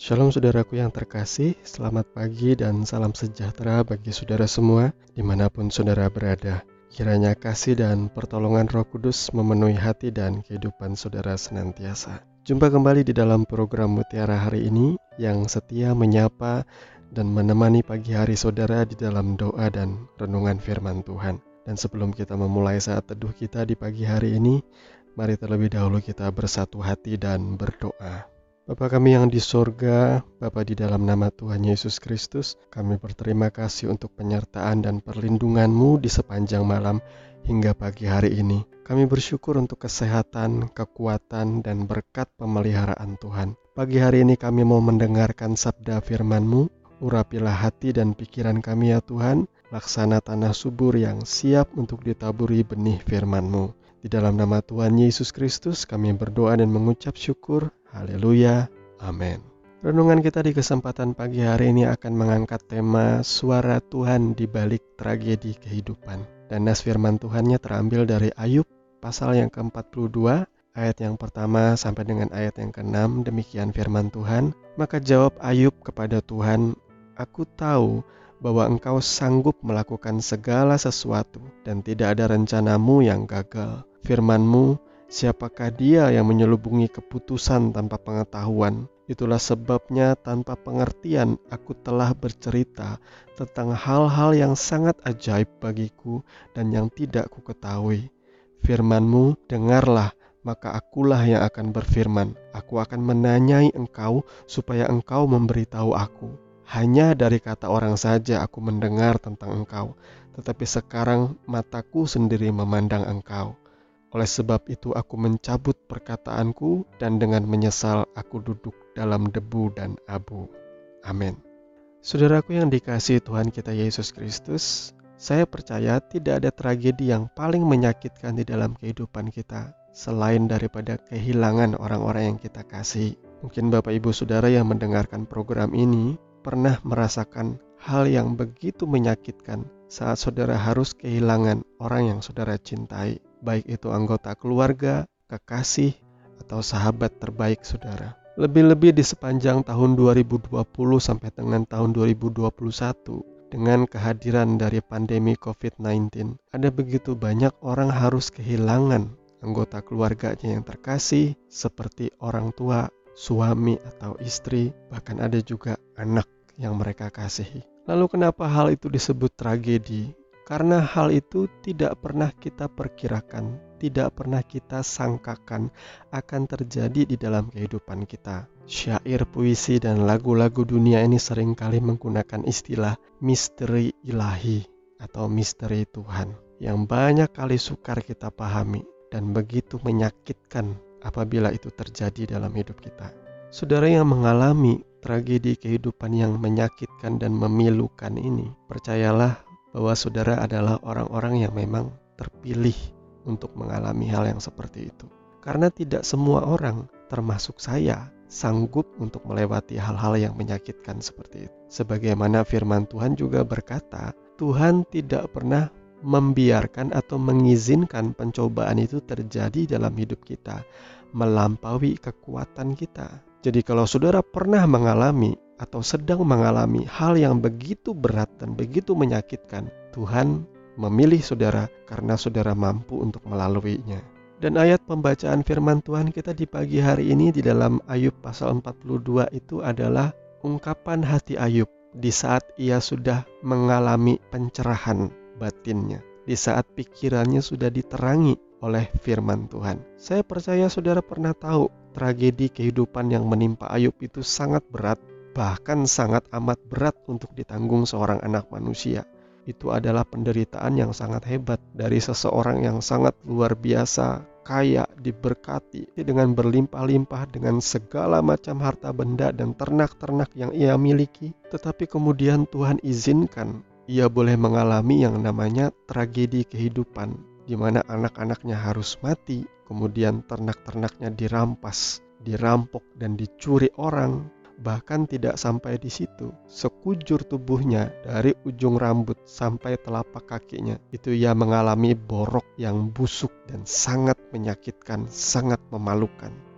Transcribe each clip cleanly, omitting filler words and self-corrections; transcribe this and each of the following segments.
Shalom saudaraku yang terkasih, selamat pagi dan salam sejahtera bagi saudara semua dimanapun saudara berada. Kiranya kasih dan pertolongan Roh Kudus memenuhi hati dan kehidupan saudara senantiasa. Jumpa kembali di dalam program Mutiara hari ini yang setia menyapa dan menemani pagi hari saudara di dalam doa dan renungan firman Tuhan. Dan sebelum kita memulai saat teduh kita di pagi hari ini, mari terlebih dahulu kita bersatu hati dan berdoa. Bapa kami yang di sorga, Bapa di dalam nama Tuhan Yesus Kristus, kami berterima kasih untuk penyertaan dan perlindungan-Mu di sepanjang malam hingga pagi hari ini. Kami bersyukur untuk kesehatan, kekuatan, dan berkat pemeliharaan Tuhan. Pagi hari ini kami mau mendengarkan sabda firman-Mu. Urapilah hati dan pikiran kami ya Tuhan, laksana tanah subur yang siap untuk ditaburi benih firman-Mu. Di dalam nama Tuhan Yesus Kristus kami berdoa dan mengucap syukur. Haleluya, amin. Renungan kita di kesempatan pagi hari ini akan mengangkat tema suara Tuhan di balik tragedi kehidupan. Dan nas firman Tuhannya terambil dari Ayub pasal yang ke-42, ayat yang pertama sampai dengan ayat yang ke-6. Demikian firman Tuhan. Maka jawab Ayub kepada Tuhan, "Aku tahu bahwa Engkau sanggup melakukan segala sesuatu dan tidak ada rencanamu yang gagal. Firman-Mu, siapakah dia yang menyelubungi keputusan tanpa pengetahuan? Itulah sebabnya tanpa pengertian aku telah bercerita tentang hal-hal yang sangat ajaib bagiku dan yang tidak kuketahui. Firman-Mu, dengarlah, maka akulah yang akan berfirman. Aku akan menanyai Engkau supaya Engkau memberitahu aku. Hanya dari kata orang saja aku mendengar tentang Engkau, tetapi sekarang mataku sendiri memandang Engkau. Oleh sebab itu aku mencabut perkataanku dan dengan menyesal aku duduk dalam debu dan abu." Amin. Saudaraku yang dikasihi Tuhan kita Yesus Kristus, saya percaya tidak ada tragedi yang paling menyakitkan di dalam kehidupan kita selain daripada kehilangan orang-orang yang kita kasih. Mungkin Bapak Ibu Saudara yang mendengarkan program ini pernah merasakan hal yang begitu menyakitkan saat saudara harus kehilangan orang yang saudara cintai, baik itu anggota keluarga, kekasih, atau sahabat terbaik saudara. Lebih-lebih di sepanjang tahun 2020 sampai dengan tahun 2021, dengan kehadiran dari pandemi COVID-19, ada begitu banyak orang harus kehilangan anggota keluarganya yang terkasih, seperti orang tua, suami atau istri, bahkan ada juga anak yang mereka kasihi. Lalu kenapa hal itu disebut tragedi? Karena hal itu tidak pernah kita perkirakan, tidak pernah kita sangkakan akan terjadi di dalam kehidupan kita. Syair, puisi, dan lagu-lagu dunia ini seringkali menggunakan istilah misteri ilahi atau misteri Tuhan, yang banyak kali sukar kita pahami dan begitu menyakitkan apabila itu terjadi dalam hidup kita. Saudara yang mengalami tragedi kehidupan yang menyakitkan dan memilukan ini, percayalah bahwa saudara adalah orang-orang yang memang terpilih untuk mengalami hal yang seperti itu. Karena tidak semua orang, termasuk saya, sanggup untuk melewati hal-hal yang menyakitkan seperti itu. Sebagaimana firman Tuhan juga berkata, Tuhan tidak pernah membiarkan atau mengizinkan pencobaan itu terjadi dalam hidup kita, melampaui kekuatan kita. Jadi kalau saudara pernah mengalami atau sedang mengalami hal yang begitu berat dan begitu menyakitkan, Tuhan memilih saudara karena saudara mampu untuk melaluinya. Dan ayat pembacaan firman Tuhan kita di pagi hari ini di dalam Ayub pasal 42 itu adalah ungkapan hati Ayub di saat ia sudah mengalami pencerahan batinnya, di saat pikirannya sudah diterangi oleh firman Tuhan. Saya percaya saudara pernah tahu tragedi kehidupan yang menimpa Ayub itu sangat berat, bahkan sangat amat berat untuk ditanggung seorang anak manusia. Itu adalah penderitaan yang sangat hebat dari seseorang yang sangat luar biasa, kaya, diberkati dengan berlimpah-limpah dengan segala macam harta benda dan ternak-ternak yang ia miliki. Tetapi kemudian Tuhan izinkan ia boleh mengalami yang namanya tragedi kehidupan, di mana anak-anaknya harus mati, kemudian ternak-ternaknya dirampas, dirampok, dan dicuri orang. Bahkan tidak sampai di situ, sekujur tubuhnya dari ujung rambut sampai telapak kakinya, itu ia mengalami borok yang busuk dan sangat menyakitkan, sangat memalukan.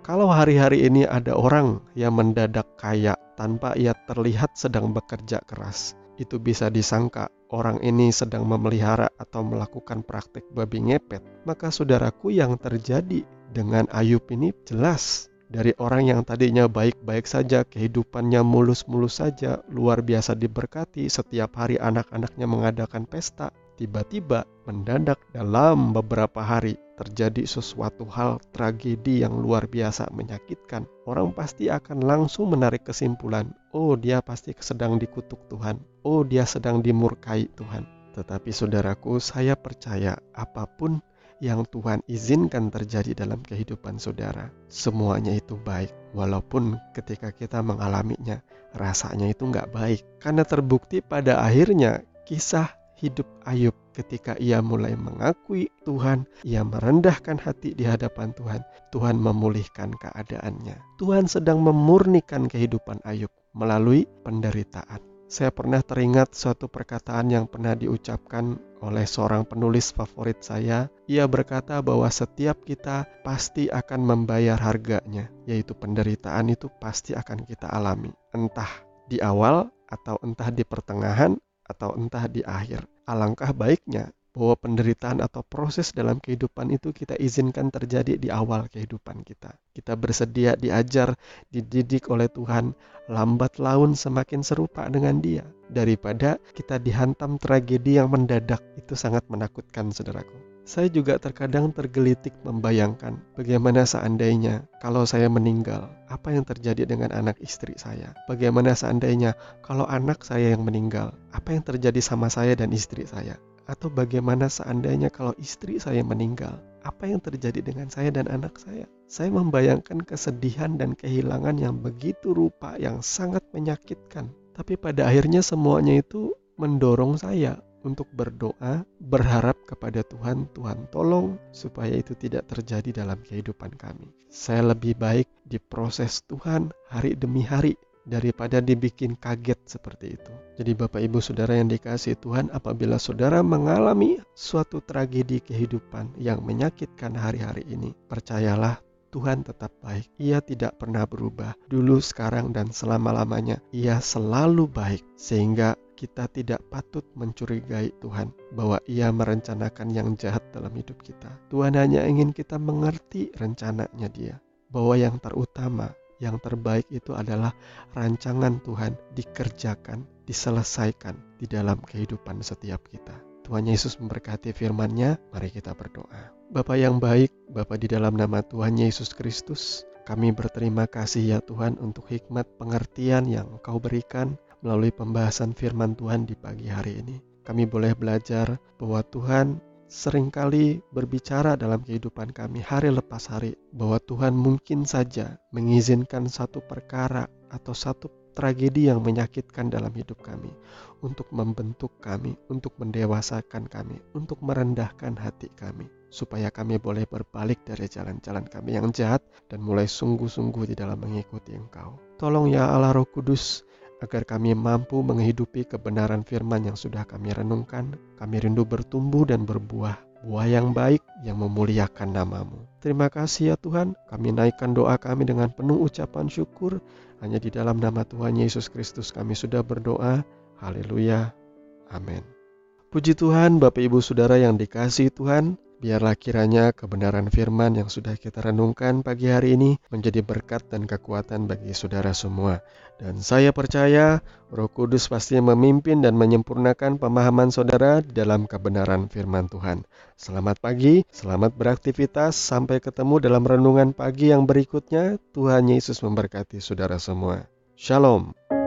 Kalau hari-hari ini ada orang yang mendadak kaya tanpa ia terlihat sedang bekerja keras, itu bisa disangka orang ini sedang memelihara atau melakukan praktek babi ngepet. Maka saudaraku, yang terjadi dengan Ayub ini jelas. Dari orang yang tadinya baik-baik saja, kehidupannya mulus-mulus saja, luar biasa diberkati, setiap hari anak-anaknya mengadakan pesta, tiba-tiba mendadak dalam beberapa hari terjadi sesuatu hal tragedi yang luar biasa menyakitkan. Orang pasti akan langsung menarik kesimpulan, oh dia pasti sedang dikutuk Tuhan, oh dia sedang dimurkai Tuhan. Tetapi saudaraku, saya percaya apapun yang Tuhan izinkan terjadi dalam kehidupan saudara, semuanya itu baik. Walaupun ketika kita mengalaminya, rasanya itu nggak baik. Karena terbukti pada akhirnya kisah hidup Ayub ketika ia mulai mengakui Tuhan, ia merendahkan hati di hadapan Tuhan, Tuhan memulihkan keadaannya. Tuhan sedang memurnikan kehidupan Ayub melalui penderitaan. Saya pernah teringat suatu perkataan yang pernah diucapkan oleh seorang penulis favorit saya. Ia berkata bahwa setiap kita pasti akan membayar harganya, yaitu penderitaan itu pasti akan kita alami. Entah di awal, atau entah di pertengahan, atau entah di akhir. Alangkah baiknya bahwa penderitaan atau proses dalam kehidupan itu kita izinkan terjadi di awal kehidupan kita. Kita bersedia diajar, dididik oleh Tuhan, lambat laun semakin serupa dengan Dia. Daripada kita dihantam tragedi yang mendadak, itu sangat menakutkan, saudaraku. Saya juga terkadang tergelitik membayangkan bagaimana seandainya kalau saya meninggal, apa yang terjadi dengan anak istri saya. Bagaimana seandainya kalau anak saya yang meninggal, apa yang terjadi sama saya dan istri saya. Atau bagaimana seandainya kalau istri saya meninggal, apa yang terjadi dengan saya dan anak saya. Saya membayangkan kesedihan dan kehilangan yang begitu rupa, yang sangat menyakitkan. Tapi pada akhirnya semuanya itu mendorong saya untuk berdoa, berharap kepada Tuhan, Tuhan tolong supaya itu tidak terjadi dalam kehidupan kami. Saya lebih baik diproses Tuhan hari demi hari daripada dibikin kaget seperti itu. Jadi Bapak Ibu Saudara yang dikasihi Tuhan, apabila saudara mengalami suatu tragedi kehidupan yang menyakitkan hari-hari ini, percayalah Tuhan tetap baik. Ia tidak pernah berubah. Dulu, sekarang, dan selama-lamanya Ia selalu baik. Sehingga kita tidak patut mencurigai Tuhan bahwa Ia merencanakan yang jahat dalam hidup kita. Tuhan hanya ingin kita mengerti rencananya Dia, bahwa yang terutama, yang terbaik itu adalah rancangan Tuhan dikerjakan, diselesaikan di dalam kehidupan setiap kita. Tuhan Yesus memberkati firman-Nya. Mari kita berdoa. Bapa yang baik, Bapa di dalam nama Tuhan Yesus Kristus, kami berterima kasih ya Tuhan untuk hikmat pengertian yang Engkau berikan melalui pembahasan firman Tuhan di pagi hari ini. Kami boleh belajar bahwa Tuhan seringkali berbicara dalam kehidupan kami hari lepas hari, bahwa Tuhan mungkin saja mengizinkan satu perkara atau satu tragedi yang menyakitkan dalam hidup kami untuk membentuk kami, untuk mendewasakan kami, untuk merendahkan hati kami, supaya kami boleh berbalik dari jalan-jalan kami yang jahat dan mulai sungguh-sungguh di dalam mengikuti Engkau. Tolong ya Allah Roh Kudus, agar kami mampu menghidupi kebenaran firman yang sudah kami renungkan. Kami rindu bertumbuh dan berbuah, buah yang baik yang memuliakan nama-Mu. Terima kasih ya Tuhan, kami naikkan doa kami dengan penuh ucapan syukur. Hanya di dalam nama Tuhan Yesus Kristus kami sudah berdoa. Haleluya. Amin. Puji Tuhan, Bapak Ibu Saudara yang dikasihi Tuhan. Biarlah kiranya kebenaran firman yang sudah kita renungkan pagi hari ini menjadi berkat dan kekuatan bagi saudara semua. Dan saya percaya Roh Kudus pasti memimpin dan menyempurnakan pemahaman saudara dalam kebenaran firman Tuhan. Selamat pagi, selamat beraktivitas, sampai ketemu dalam renungan pagi yang berikutnya. Tuhan Yesus memberkati saudara semua. Shalom.